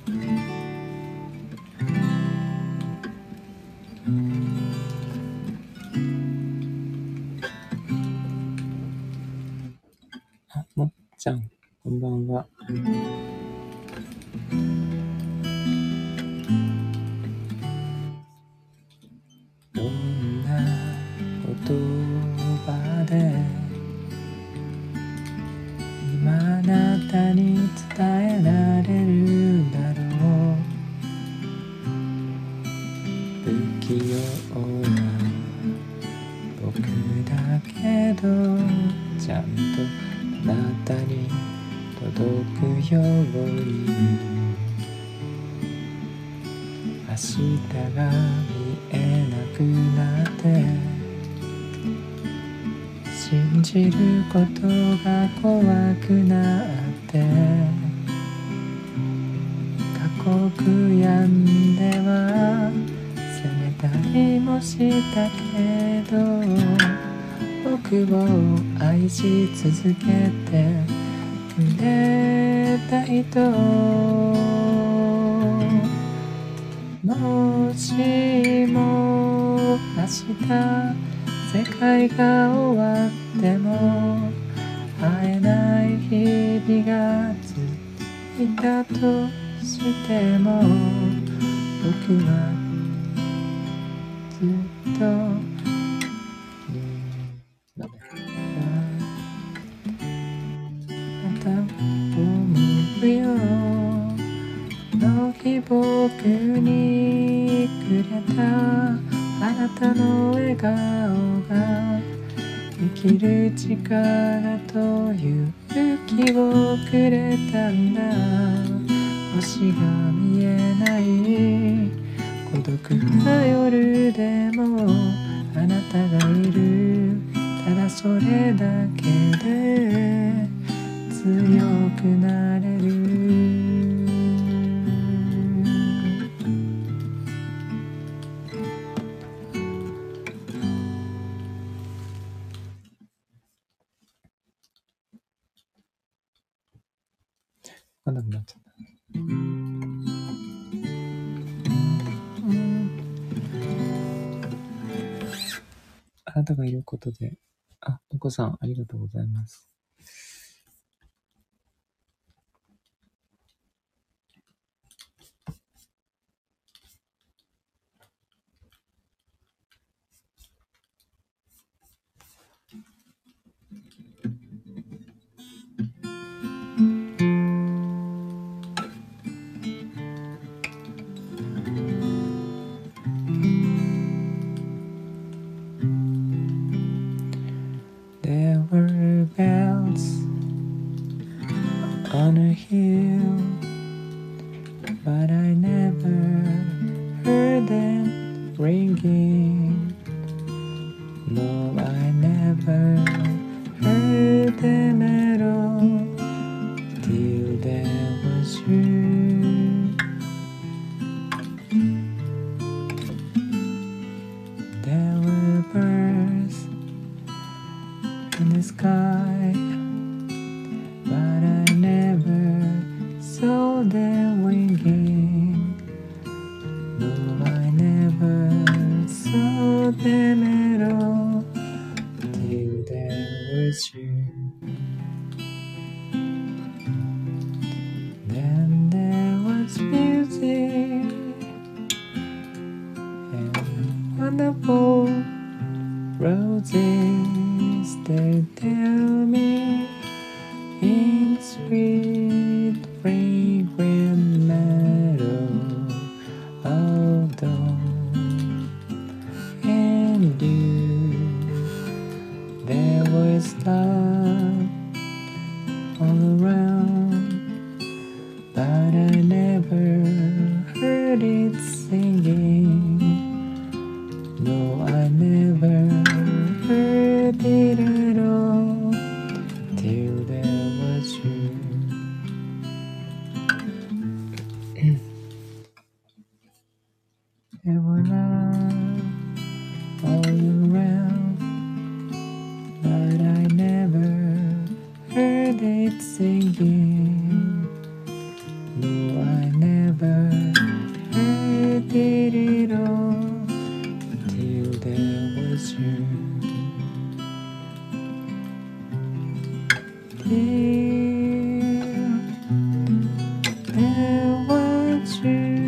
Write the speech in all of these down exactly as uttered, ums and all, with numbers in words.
あ、もっちゃん、こんばんは。どんな言葉で今あなたに伝えられるんだろう。不器用な僕だけどちゃんとあなたに届くように。明日が見えなくなって信じることが怖くなって過酷病んでは責めたりもしたけど僕を愛し続けてくれた人、もしも明日世界が終わっても会えない日々が続いたとしても僕はずっと、うん、なんだっけまた思うよの日僕にくれたあなたの笑顔が生きる力という勇気をくれたんだ。星が見えない孤独な夜でもあなたがいる、ただそれだけで強くなれる。わかんなくなっちゃった。あなたがいることで、あ、お子さんありがとうございます。There were bells on a hill, but I never heard them ringing. No, I never heard them at all till there was you. There were birds in the sky, but I never saw them winging. No, I never saw them at all till there was you. Then there was music and wonderful roses that tell me in sweet fragrant meadow of dawn. And you, there was love all around, but I never heard it singing. No, I never heard it at all till there was you. 'There were love all around, but I never heard it singing. No, I never there was you。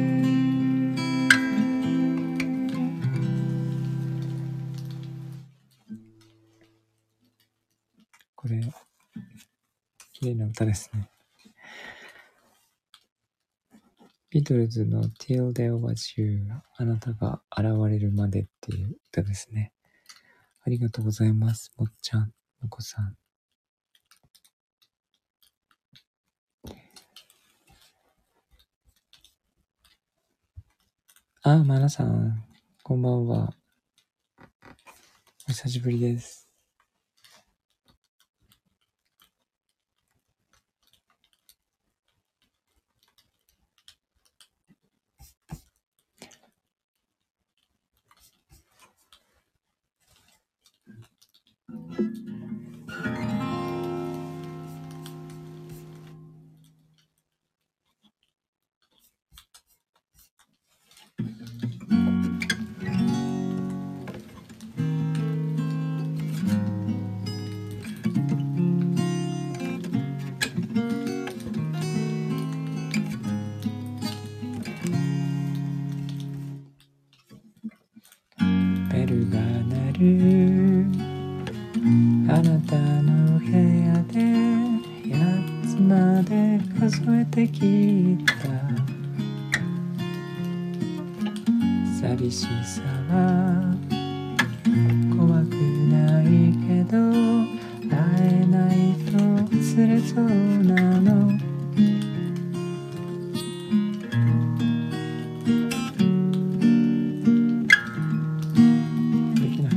これ綺麗な歌ですね。ビートルズの Till There Was You、 あなたが現れるまでっていう歌ですね。ありがとうございます。もっちゃん、もこさん。あ、まなさん、こんばんは。お久しぶりです。ベルが鳴るあなたの部屋でやつまで数えてきた。寂しさは怖くないけど会えないと忘れそうなの。できない。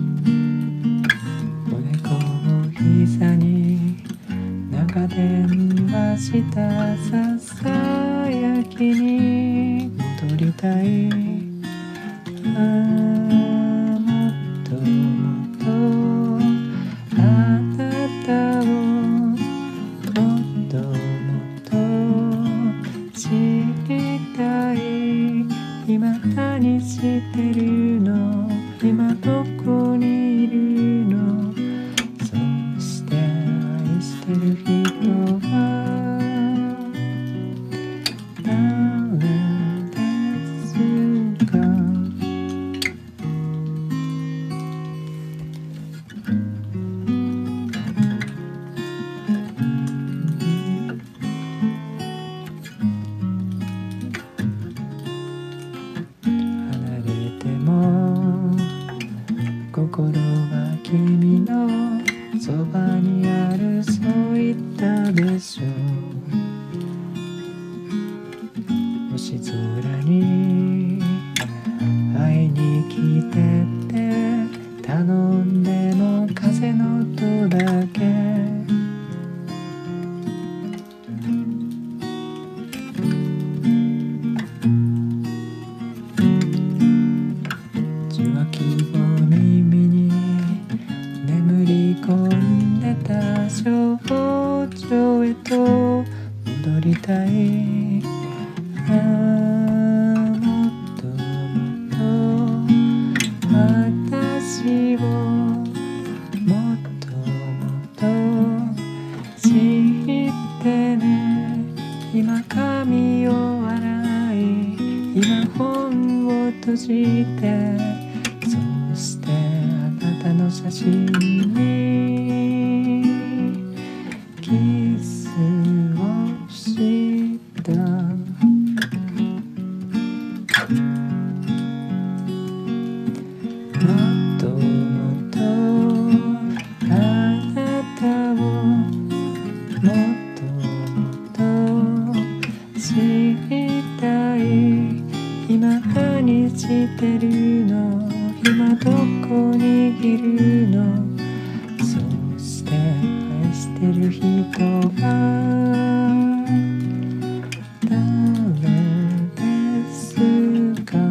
おでこを膝に長電話したささやきに戻りたい。ああもっともっとあなたをもっともっと知りたい。今何してるの？今どこにいるの？そして愛してる人は誰ですか？離れても心は君のそばにある。そう言ったでしょう。星空に会いに来てって頼んでも風の音だけ。受話器を耳に眠り込んでた少女へと戻りたい。ああもっともっと私をもっともっと知ってね。今髪を洗い今本を閉じてそしてあなたの写真にキスをした。もっともっとあなたをもっともっと知りたい。今何してるの？今どこにいるの？そして愛してる人は誰ですか？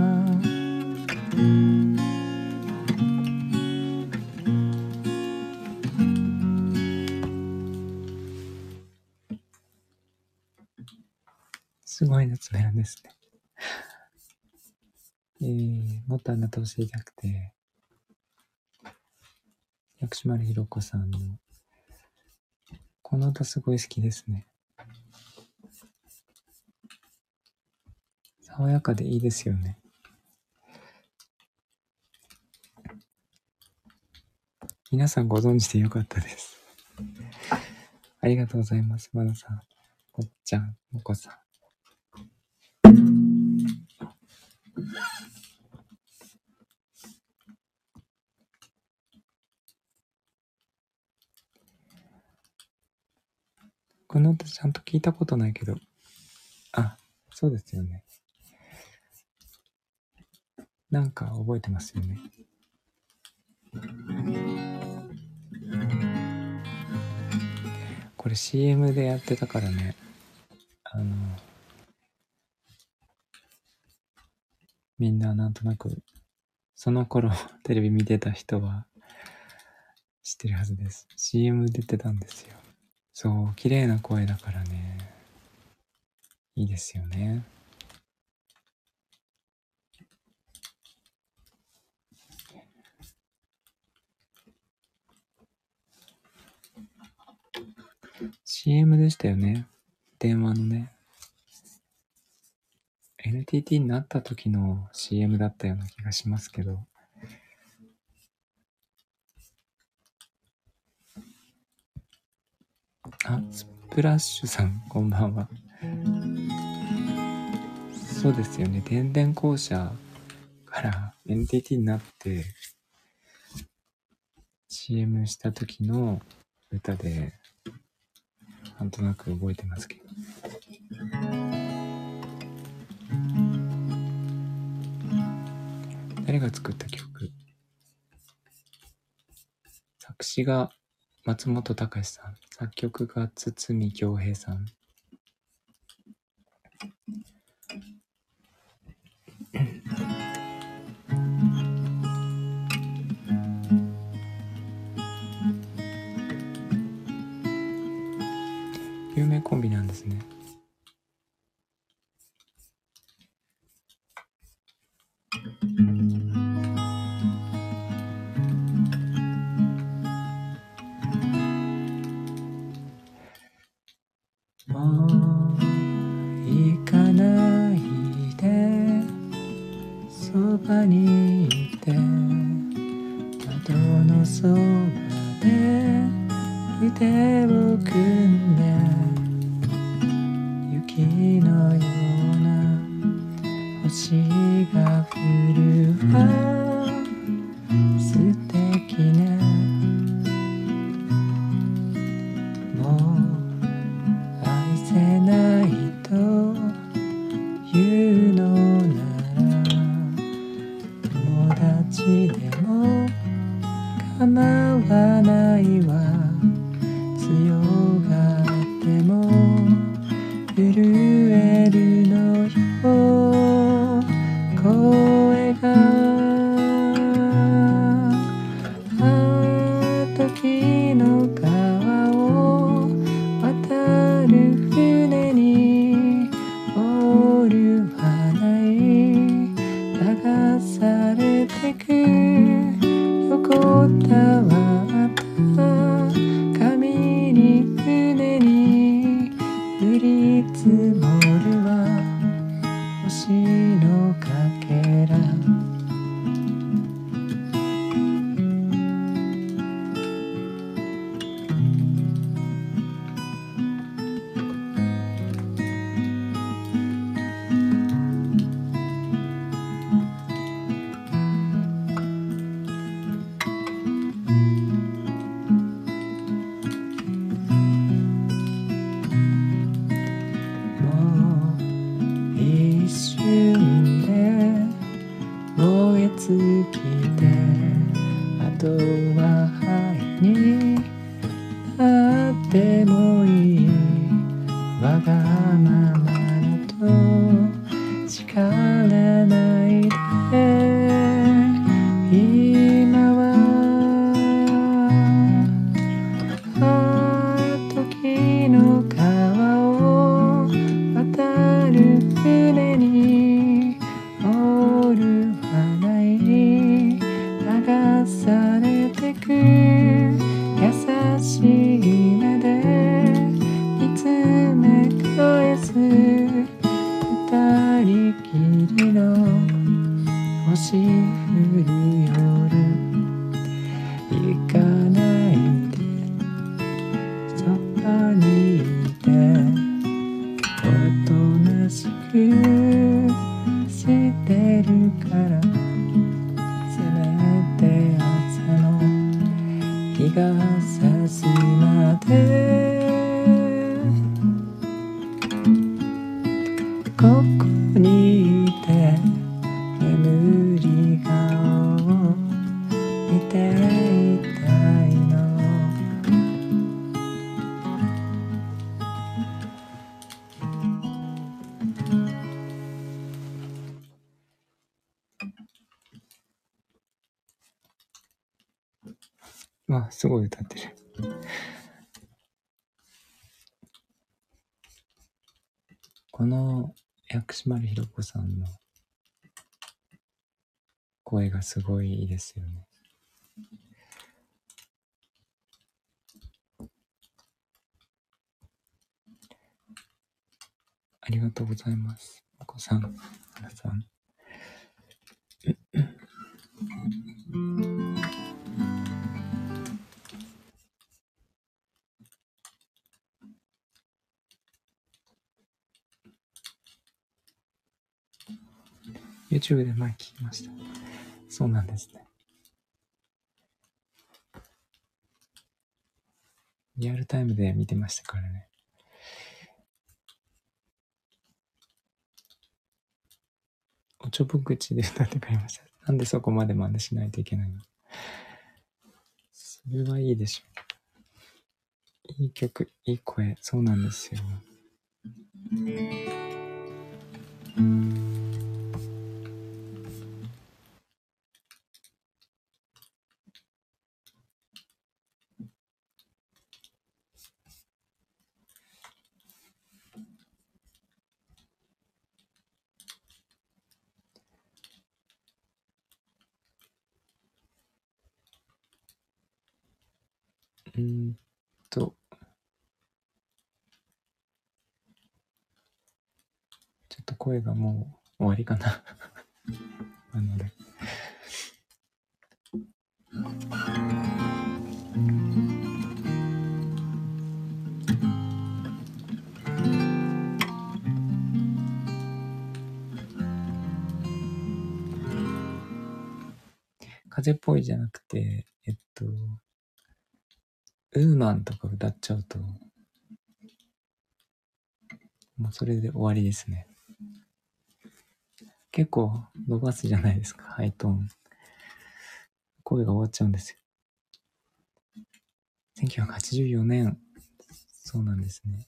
すごい夏メロですね。えー、もっとあなたを知りたくて、薬師丸ひろ子さんのこの歌すごい好きですね。 爽やかでいいですよね。皆さんご存知でよかったです。ありがとうございます。まなさん、こっちゃん、もこさん。この歌ちゃんと聞いたことないけど、あ、そうですよね。なんか覚えてますよね。これ シーエム でやってたからね、あのみんななんとなくその頃テレビ見てた人は知ってるはずです。 シーエム 出てたんですよ。そう、綺麗な声だからね、いいですよね。シーエム でしたよね、電話のね。 エヌティーティー になった時の シーエム だったような気がしますけど。あ、スプラッシュさん、こんばんは。そうですよね、電電公社から エヌティーティー になってシーエム した時の歌で、なんとなく覚えてますけど。誰が作った曲？作詞が松本隆さん、作曲が堤恭平さん。有名コンビなんですね。もう行かないで、そばにいて、窓のそばで腕を組んで、雪のような星が降るわ、素敵ね。もう愛せないというのなら、友達でも構わないわ。強がっても震えるのよ、声が。ああ、時の川を渡る船にオールはない流されてく、横たわった髪に船に降り積もるわ、星のかけら。もう一瞬で燃え尽きて、あとは灰になってもいい、わがままだと叱らないで。今はあ時の川を渡る船にオールはないしてるからせめて朝の日が差すまでここにいて眠り顔を見ていたいのわ、すごい歌ってる。この薬師丸ひろ子さんの声がすごいいいですよね。ありがとうございます。お子さん、皆さん。YouTube で前聞きました。そうなんですね。リアルタイムで見てましたからね。おちょぼ口で歌ってくれました。なんでそこまで真似しないといけないの？それはいいでしょ。いい曲、いい声、そうなんですよ。うーんと、ちょっと声がもう終わりかな。なので。風っぽいじゃなくて、えっと、ウーマンとか歌っちゃうと、もうそれで終わりですね。結構伸ばすじゃないですか、ハイトーン。声が終わっちゃうんですよ。せんきゅうひゃくはちじゅうよねん。そうなんですね。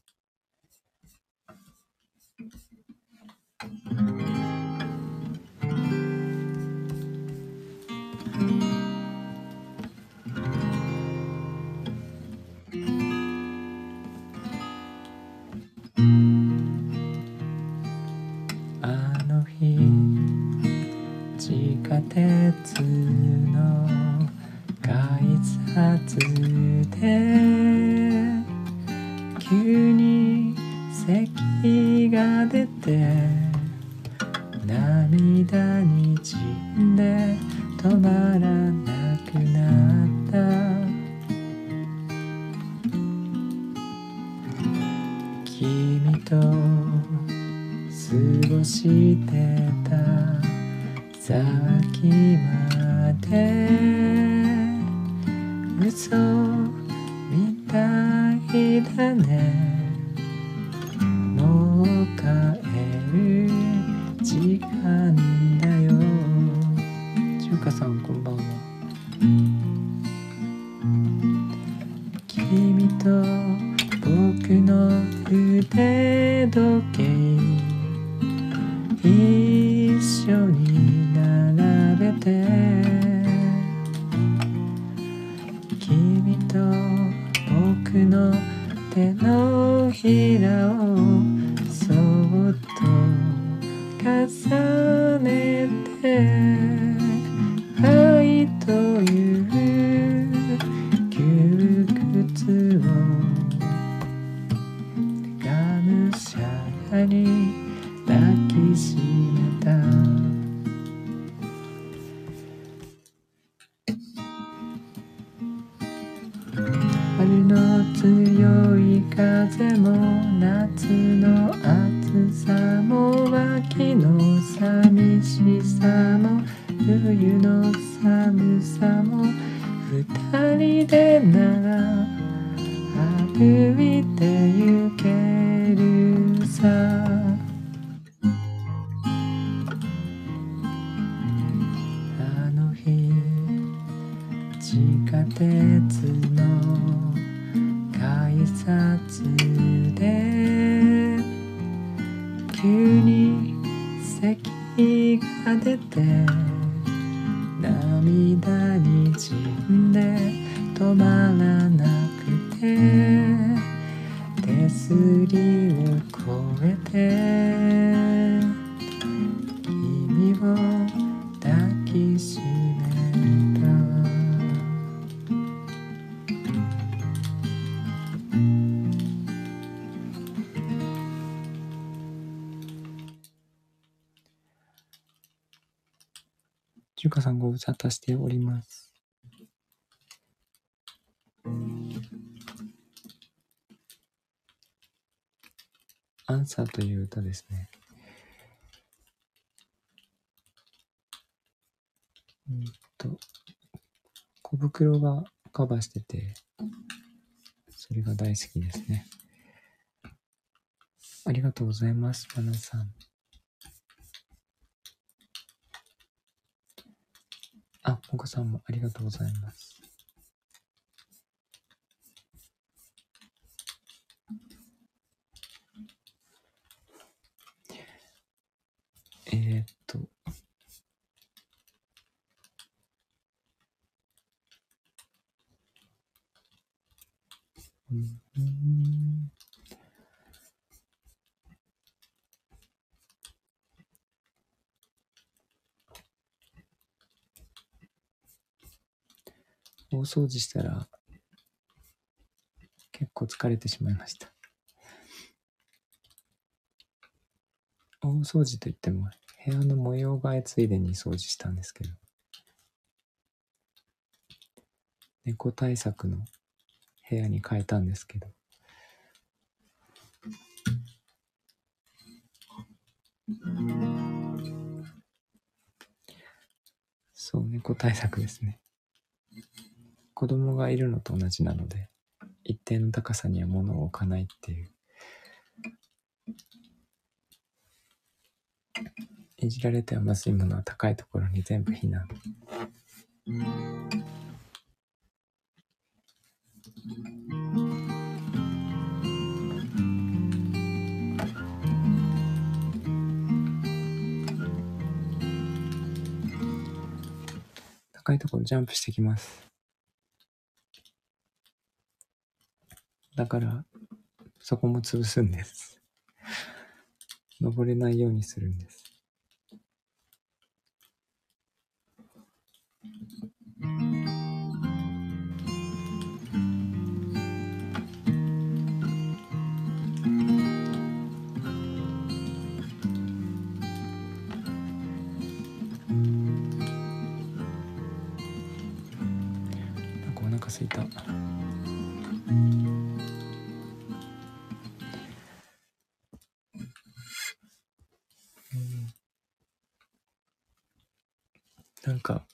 あの日地下鉄の改札で急に咳が出て涙にじんで止まらなくなった君と過ごしてたさっきまで嘘みたいだねもう帰る時間だよ中華さんこんばんは君と僕の腕時計一緒に並べて君と僕の手のひらをそっと重ねて愛という窮屈をがむしゃらに抱きしめた春の強い風も夏の暑さも忘秋の寂しさも冬の寒さも二人でなら歩いて行けるさ。あの日地下鉄の改札で急に咳が出て涙にじんで止まらなくて手すりを越えて君を抱きしめた。中華さんご無沙汰しております。アンサーという歌ですね。うんと小袋がカバーしてて、それが大好きですね。ありがとうございます、マナさん。あ、もこさんもありがとうございます。えー、っとうんうん大掃除したら結構疲れてしまいました。大掃除といっても部屋の模様替えついでに掃除したんですけど、猫対策の部屋に変えたんですけど、そう、猫対策ですね。子供がいるのと同じなので、一定の高さには物を置かないっていう。いじられてはまずいものは高いところに全部避難。高いところジャンプしてきます。だからそこも潰すんです。登れないようにするんです。なんかお腹すいた。なんか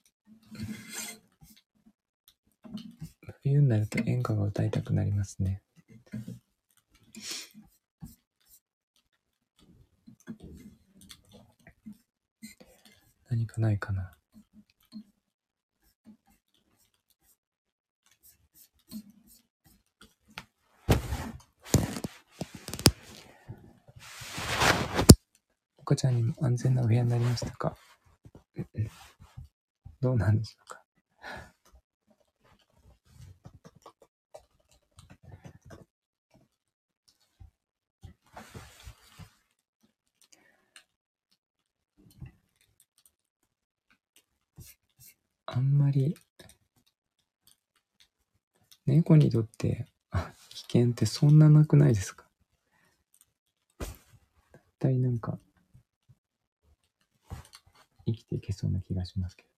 冬になると演歌が歌いたくなりますね。何かないかな。おかちゃんにも安全なお部屋になりましたか？どうなんでしょうか。あんまり猫にとって危険ってそんななくないですか？だいたいなんか生きていけそうな気がしますけど。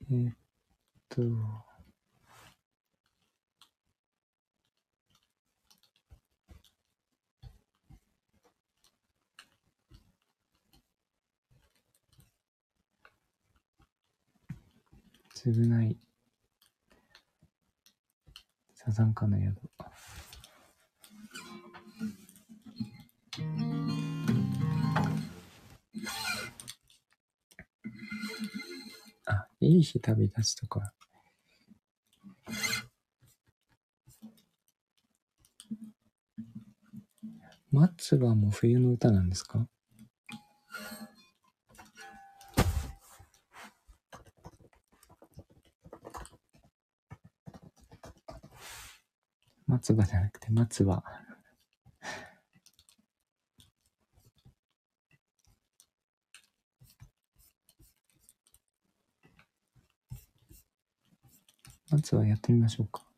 えー、っとつぶないサザンカの宿。あ、いい日旅立ちとか。松葉も冬の歌なんですか？松葉じゃなくて松葉。松葉やってみましょうか。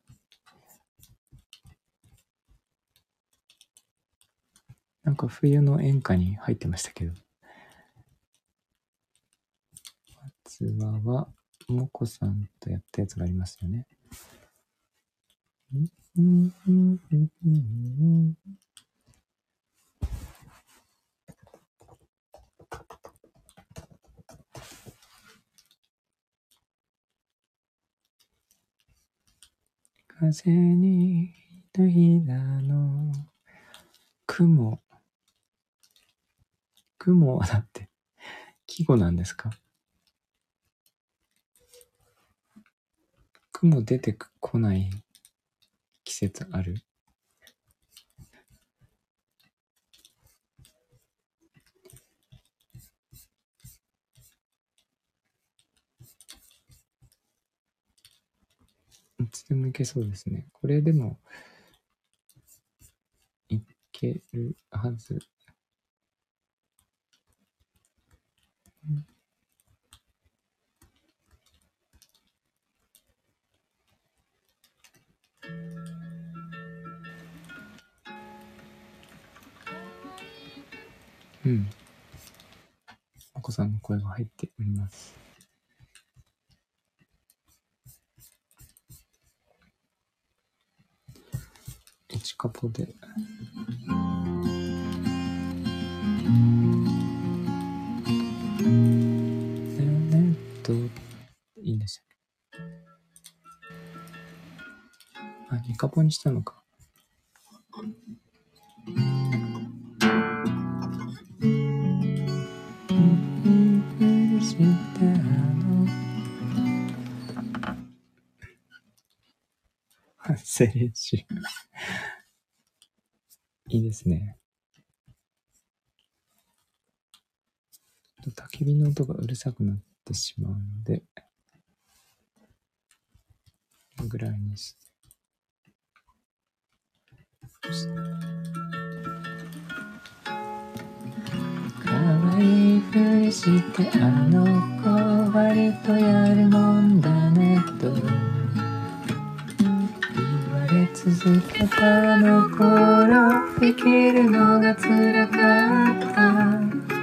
なんか冬の演歌に入ってましたけど。松葉はもこさんとやったやつがありますよね。風にのひだの雲。雲はだって季語なんですか？雲出てこない季節ある？いつでもいけそうですね。これでもいけるはず。うん。お子さんの声が入っております。エチカポで。えーっと、いいんでしたっけ？あ、ニカポにしたのか。発声練習いいですね。焚き火の音がうるさくなってしまうので、このぐらいにして。可愛いふりしてあの子割とやるもんだねと言われ続けたあの頃、生きるのが辛かった。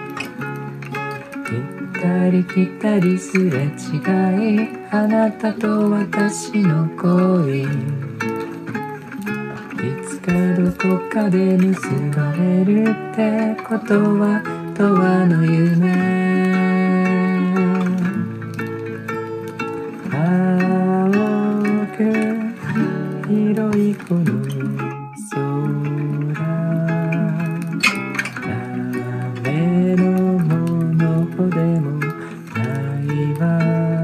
行ったり来たりすれ違い、あなたと私の恋、いつかどこかで結ばれるってことは永遠の夢。青く広いこの空、雨のものでもないわ。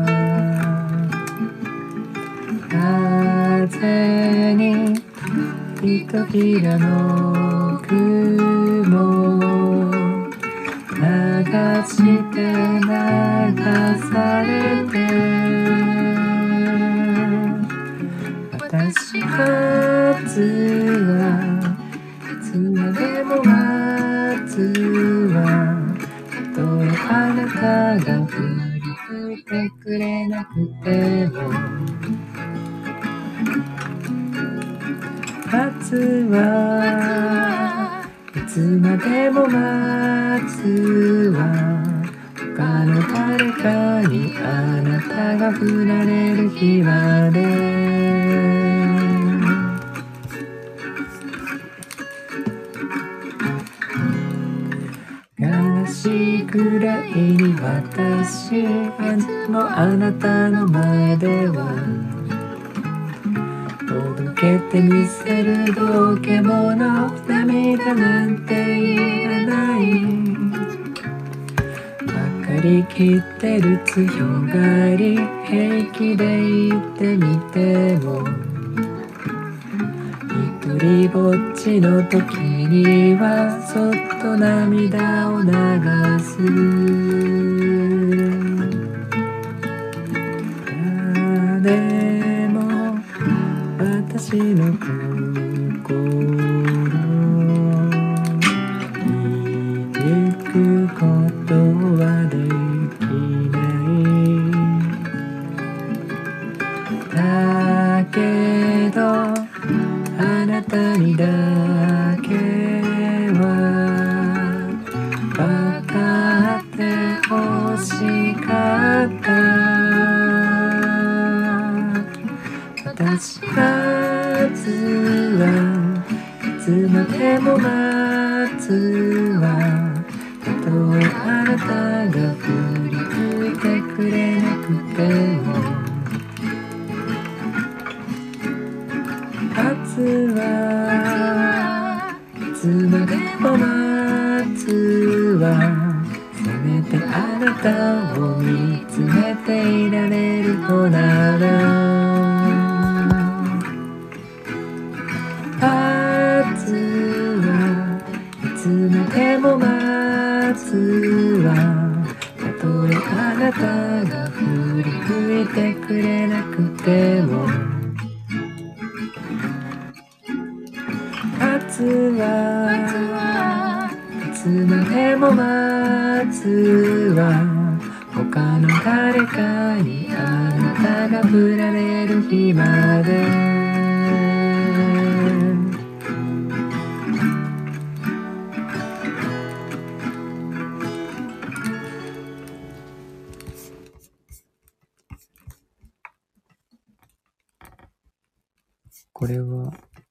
風にひとひらの雲流して流されて、私はつはいつまでも待つわ。たとえあなたが振り向いてくれなくても、待つわ、いつまでも待つわ。 他の誰かにあなたが振られる日まで悲しいくらいに私はもうあなたの前では届けてみせる道化物涙なんていらない分かりきってる強がり平気で言ってみても一人ぼっちの時にはそっと涙を流す誰も私の心に行くことはできないだけどあなたにだけは分かってほしかった私は夏はいつまでも夏はたとえあなたが振り向いてくれなくても夏はいつまでも夏はせめてあなたを見つめていられるのなら夏はいつまでも夏はたとえあなたが振り向いてくれなくても夏はいつまでも夏は他の誰かにあなたが振られる日までこれは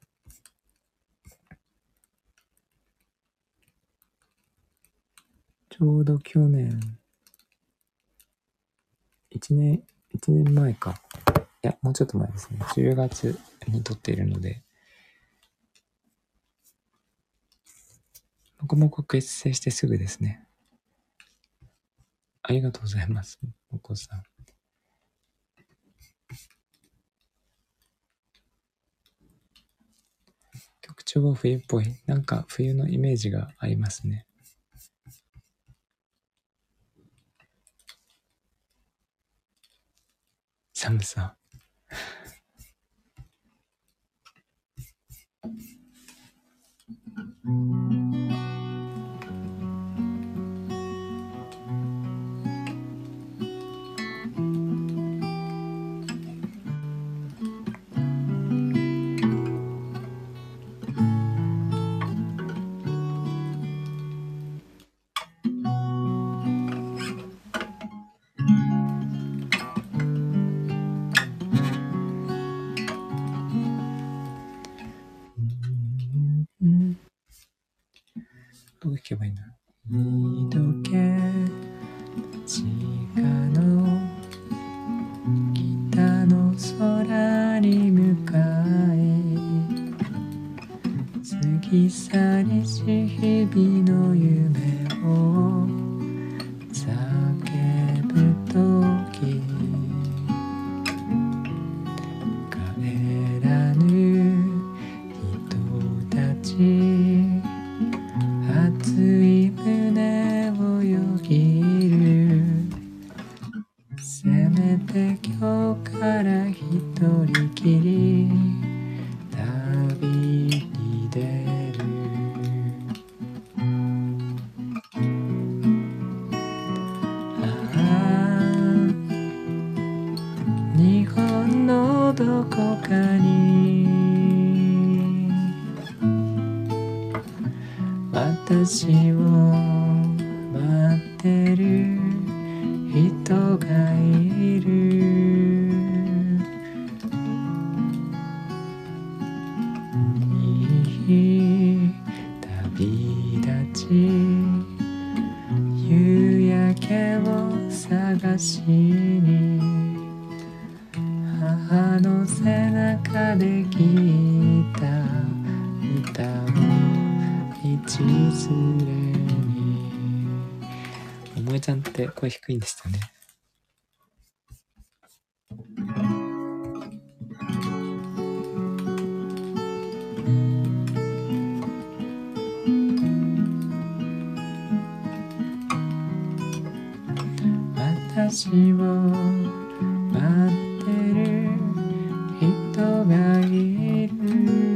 ちょうど去年一年一年前かいやもうちょっと前ですねじゅうがつに撮っているのでもこもこ結成してすぐですねありがとうございますもこさん曲調は冬っぽいなんか冬のイメージがありますね寒さどう弾けばいいんだろう二度け地下の北の空に向かい過ぎ去りし日々の夢を叫ぶとき帰らぬ人たち熱い胸をよぎるせめて今日から一人きり旅に出るああ日本のどこかに私を待ってる人がいる。いい旅立ち、夕焼けを探しに母の背中で聞いた歌を道連れに。おもえちゃんって声低いんですよね。私を待ってる人がいる。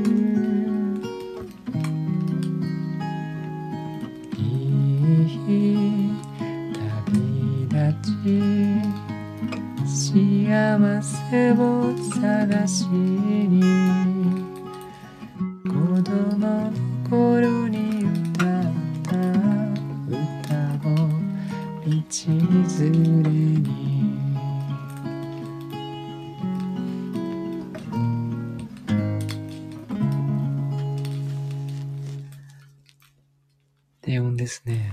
いい旅立ち、幸せを探しに子供の頃に歌った歌を道連れに。低音ですね。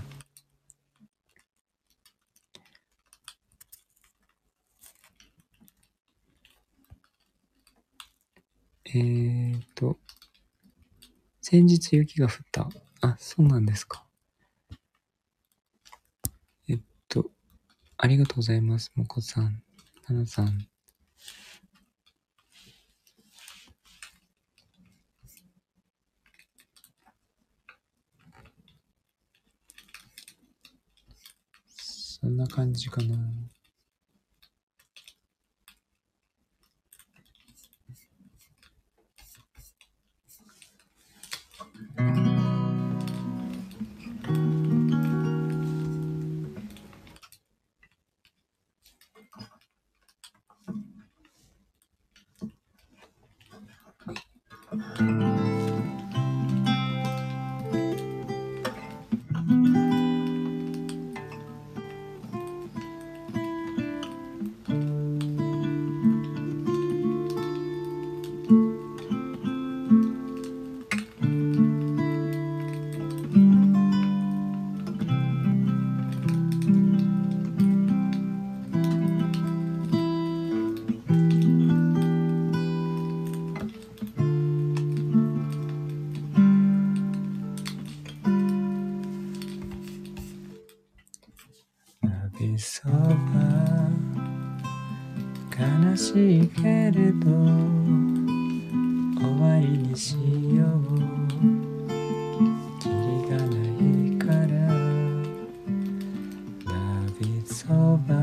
えーと先日雪が降った。あ、そうなんですか。えっとありがとうございます。もこさん、ななさん。そんな感じかな。そば悲しいけれど終わりにしよう。キリがないから旅そば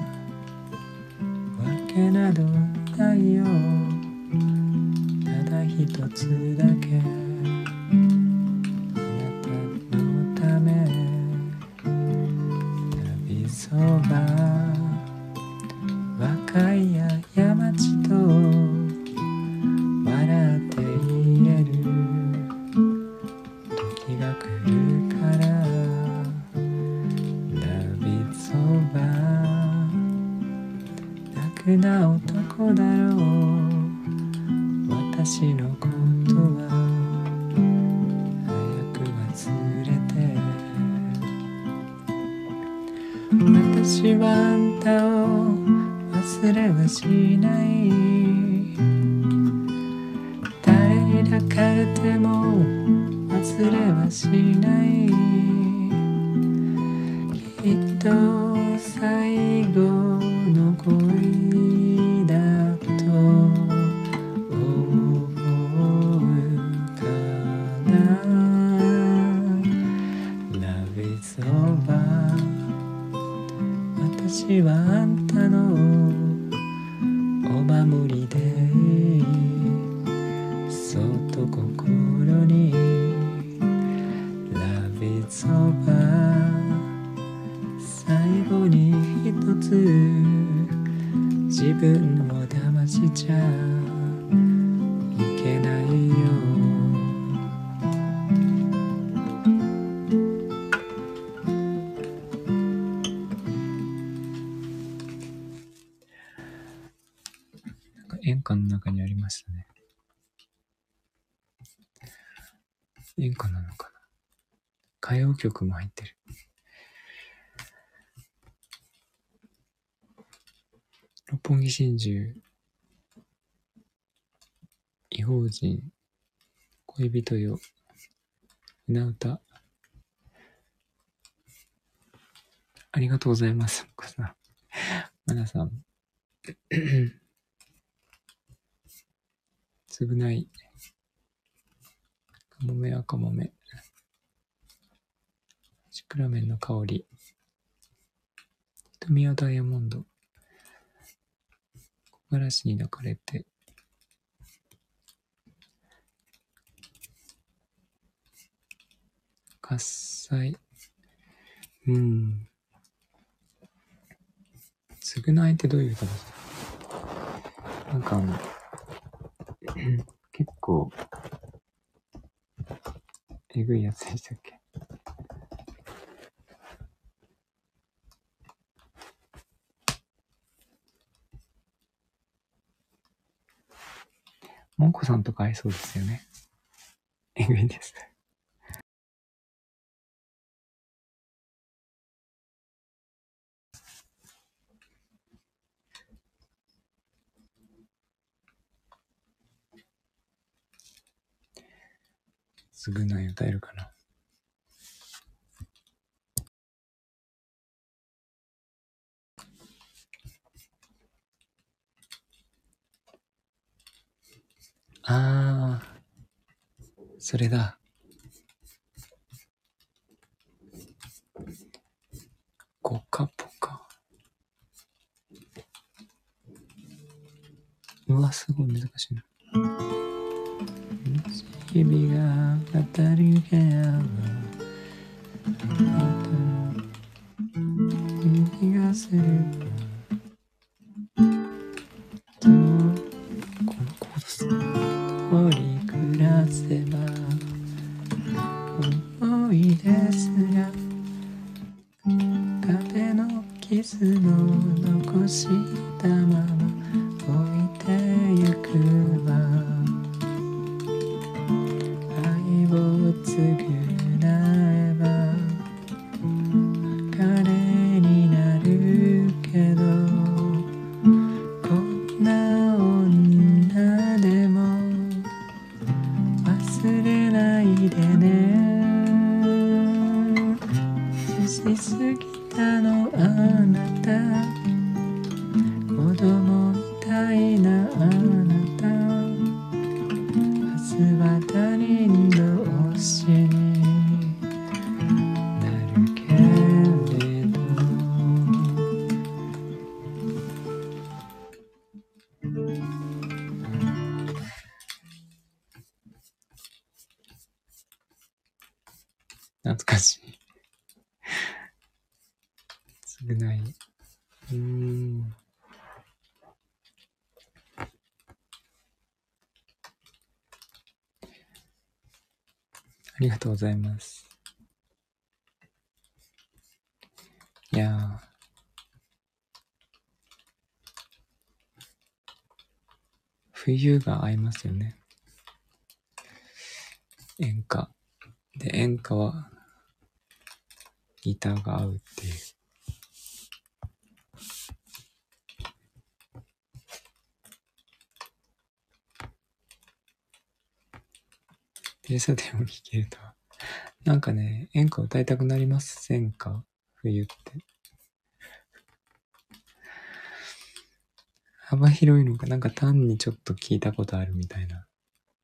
わけなどないよ。ただ一つだけあなたのため。そば若い過ちと笑って言える時が来るから旅そば楽な男だろう。私のことは早く忘れて。私はあんたを忘れはしない。誰に抱かれても忘れはしない。きっと最後の恋だと思うかな。旅そば私はあんたのお守りでそっと心にラビそば最後に一つ自分を騙しちゃいけないよ。 演歌の中にありましたね。演歌なのかな。歌謡曲も入ってる。六本木心中、異邦人、恋人よ、船歌。ありがとうございます。お母さん。まなさん。つぶない。かもめ赤もめ。シクラメンの香り。瞳はダイヤモンド。木枯らしに抱かれて。喝采。うん。償いってどういう歌ですか？なんかあの、結構、えぐいやつでしたっけ？もんこさんとか合いそうですよね。えぐいです。償い歌えるかな。あー、それだ。ポカポカ。うわ、すごい難しいな。日々が当たる部屋は気がすると、このコードス通り暮らせば思い出すら壁の傷の残したまま置いてゆくわ。愛を償えば別れになるけど、こんな女でも忘れないでね。しすぎたのあなた、子供みたいなあなた、明日は他人の推しになるけれど。懐かしい。償い。うーん。ありがとうございます。いやー、冬が合いますよね。演歌。で、演歌はギターが合うっていう。電車でも聴けると。なんかね、演歌歌いたくなりませんか？冬って。幅広いのか、なんか単にちょっと聞いたことあるみたいな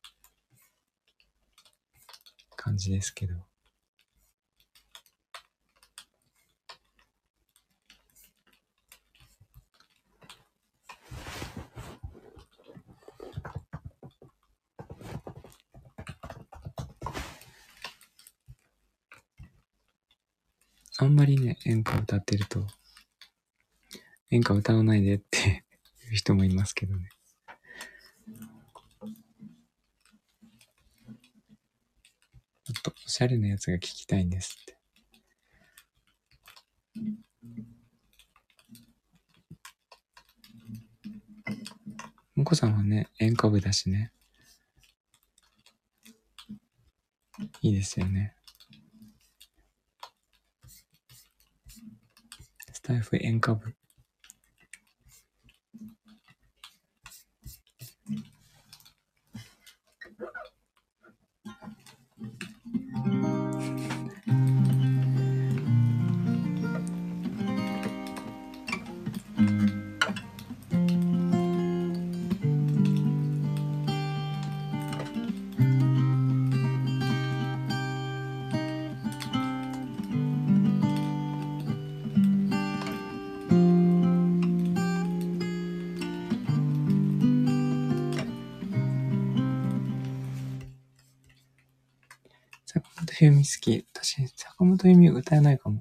感じですけど。あんまりね、演歌歌ってると、演歌歌わないでっていう人もいますけどね。ちょっとおしゃれなやつが聞きたいんですって。 もこさんはね、演歌部だしね。いいですよね。スタイフ演歌部。坂本冬美好き。私、坂本冬美歌えないかも。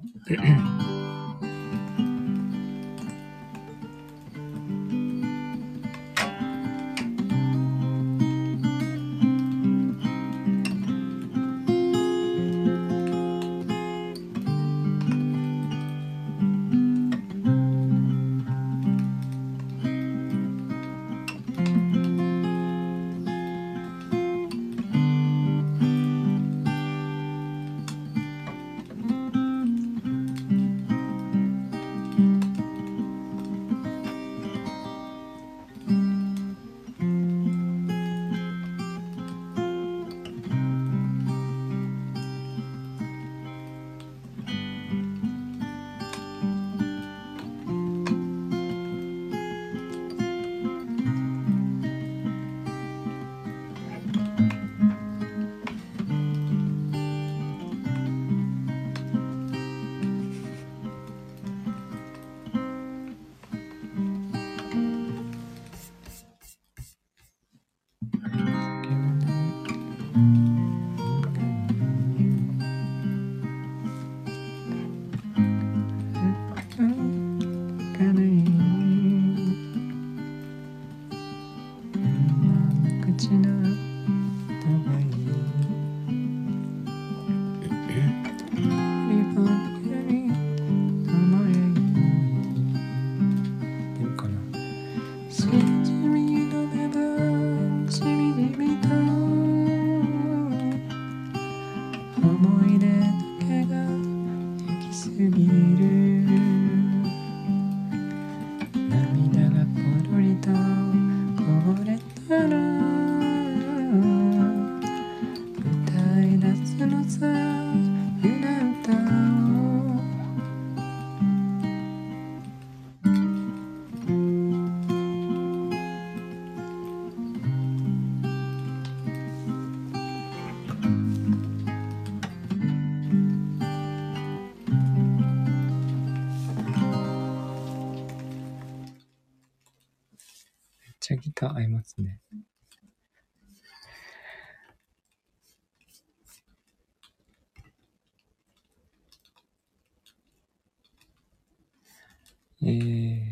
めっちゃギター合いますね。えー、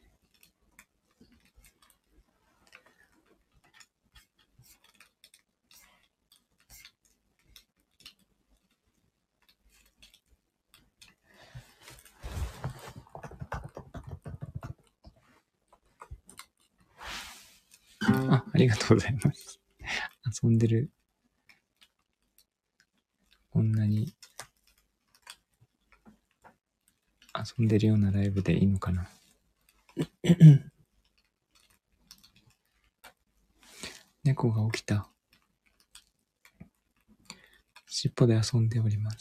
あ、ありがとうございます。遊んでる女に遊んでるようなライブでいいのかな。猫が起きた。尻尾で遊んでおります。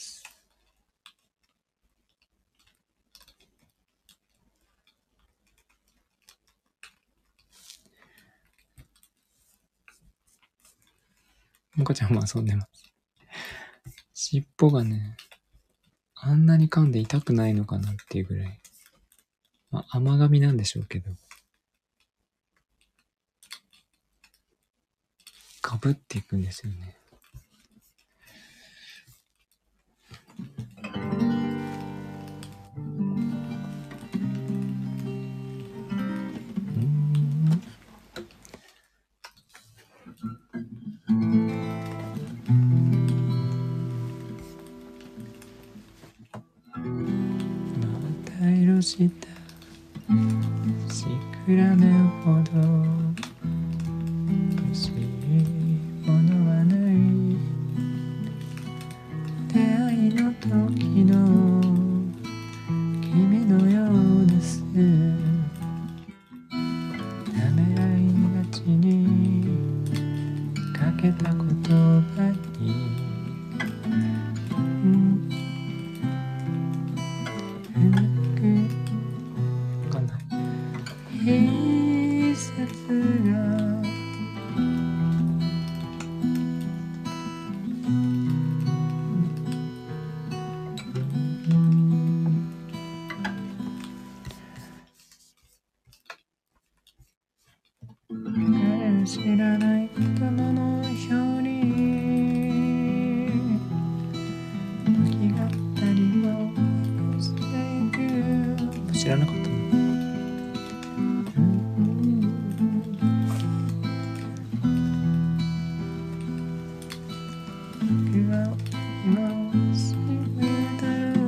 もかちゃんも遊んでます。尻尾がね、あんなに噛んで痛くないのかなっていうぐらい。まあ、甘噛みなんでしょうけど。ガブっていくんですよね。したシクラメンほど季節が知らない果物の表に時がたりをしていく。知らなかったの？僕は今を過ぎたよ。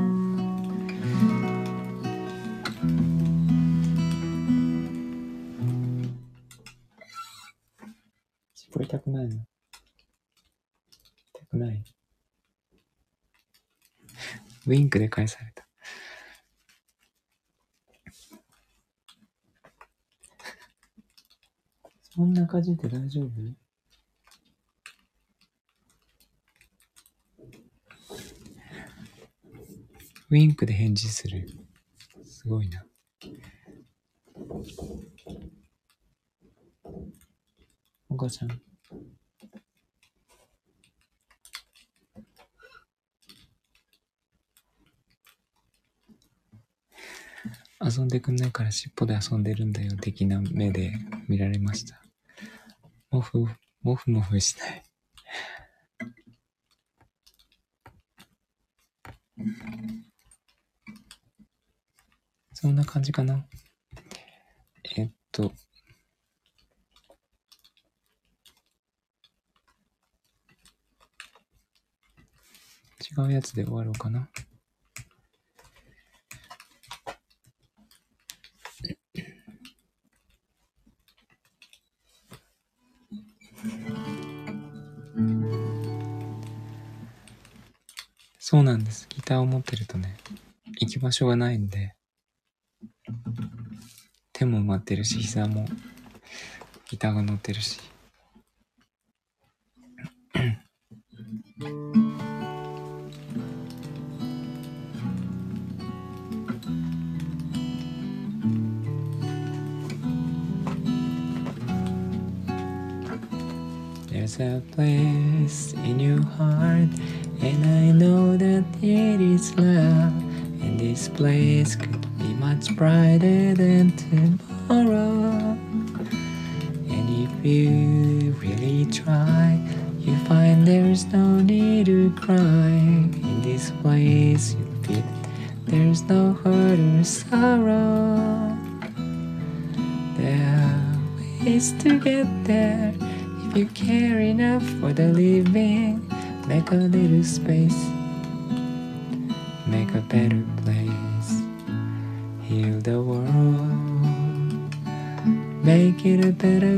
絞りたくないの？痛くない？ウィンクで返された。そんな感じで大丈夫？ウィンクで返事する。すごいな。お母ちゃん。遊んでくんないから尻尾で遊んでるんだよ的な目で見られました。もふもふもふしない。そんな感じかな。えっと違うやつで終わろうかな。そうなんです。ギターを持ってるとね、行き場所がないんで、手も埋まってるし、膝もギターが乗ってるし。There's a place in your heart, and I know that it is love. And this place could be much brighter than tomorrow. And if you really try, you find there's no need to cry. In this place you feel there's no hurt or sorrow. There are ways to get there. If you care enough for the living, make a little space, make a better place, heal the world, make it a better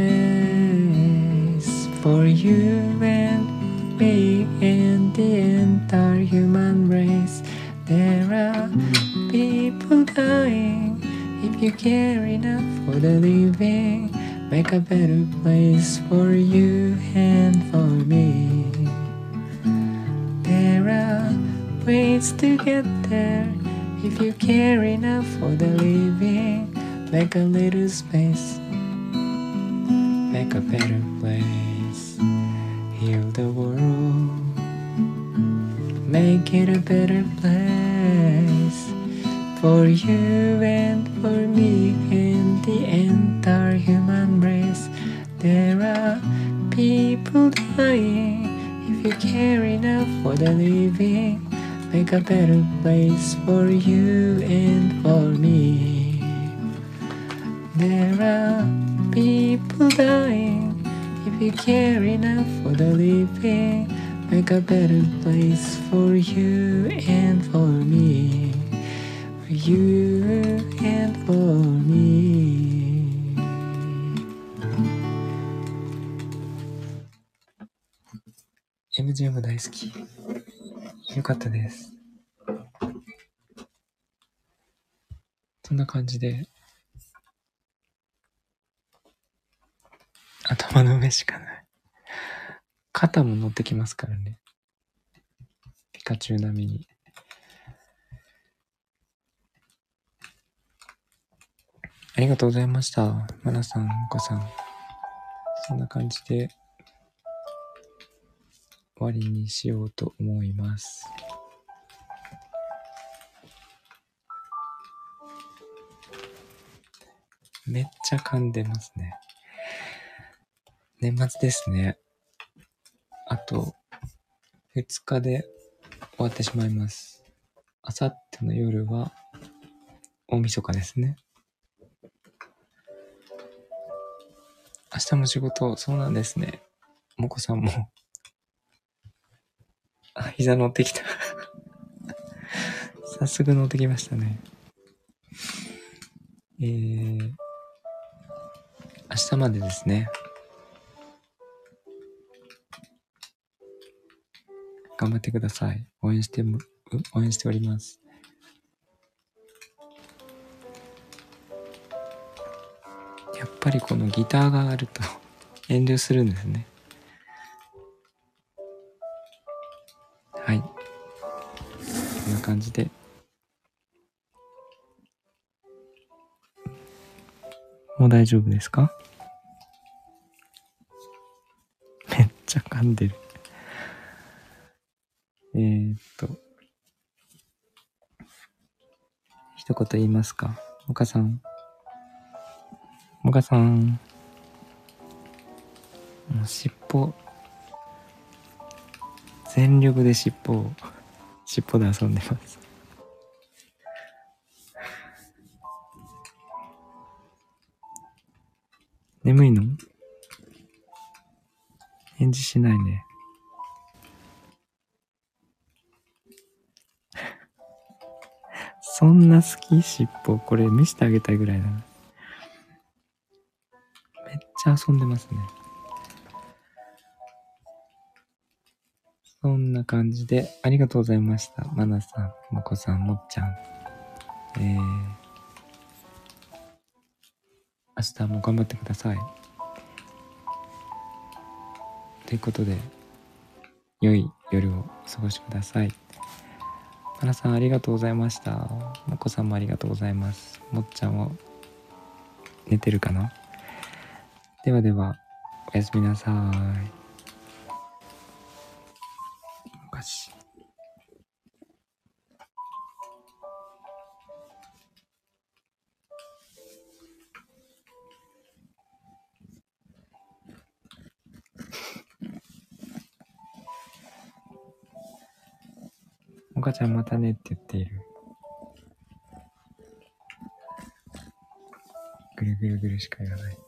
place for you and me and the entire human race. There are people dying. If you care enough for the living, make a better place for you and for me. There are ways to get there. If you care enough for the living, make a little space, make a better place, heal the world, make it a better place for you and for me and the entire human race. There are people dying. If you care enough for the living, make a better place for you and for me. There are people dying. If you care enough for the living, make a better place for you and for me. For you and for me. エムジェム 大好き。よかったです。そんな感じで頭の上しかない。肩も乗ってきますからね。ピカチュウ並みに。 ありがとうございました。まなさん、もかさん。そんな感じで終わりにしようと思います。めっちゃ噛んでますね。年末ですね。あとふつかで終わってしまいます。あさっての夜は大晦日ですね。明日も仕事、そうなんですね。もこさんもあ、膝乗ってきた早速乗ってきましたね。えー、明日までですね。頑張ってください。応援しても、応援しております。やっぱりこのギターがあると遠慮するんですね。はい。こんな感じで。もう大丈夫ですか？めっちゃ噛んでる。えーっと。一言言いますか？もかさん。もかさん。もう尻尾。全力で尻尾を、尻尾で遊んでます。眠いの？返事しないね。そんな好き？尻尾。これ見せてあげたいぐらいだな。めっちゃ遊んでますね。そんな感じで、ありがとうございました。まなさん、まこさん、もっちゃん。えー、明日も頑張ってください。ということで、良い夜をお過ごしください。まなさん、ありがとうございました。まこさんもありがとうございます。もっちゃんは寝てるかな？ではでは、おやすみなさい。おかしい。おかちゃんまたねって言っている。ぐるぐるぐるしか言わない。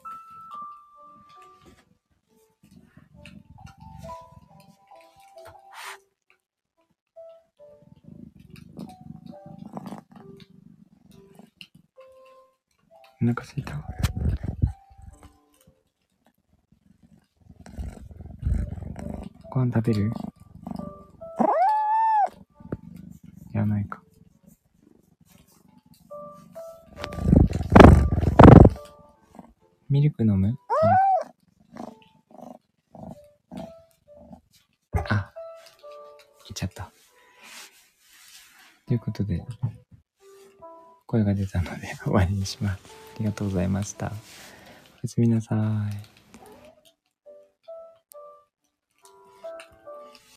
お腹すいた。ご飯食べる？やらないか。ミルク飲む？あ、言っちゃった。ということで、声が出たので終わりにします。ありがとうございました。おやすみなさい。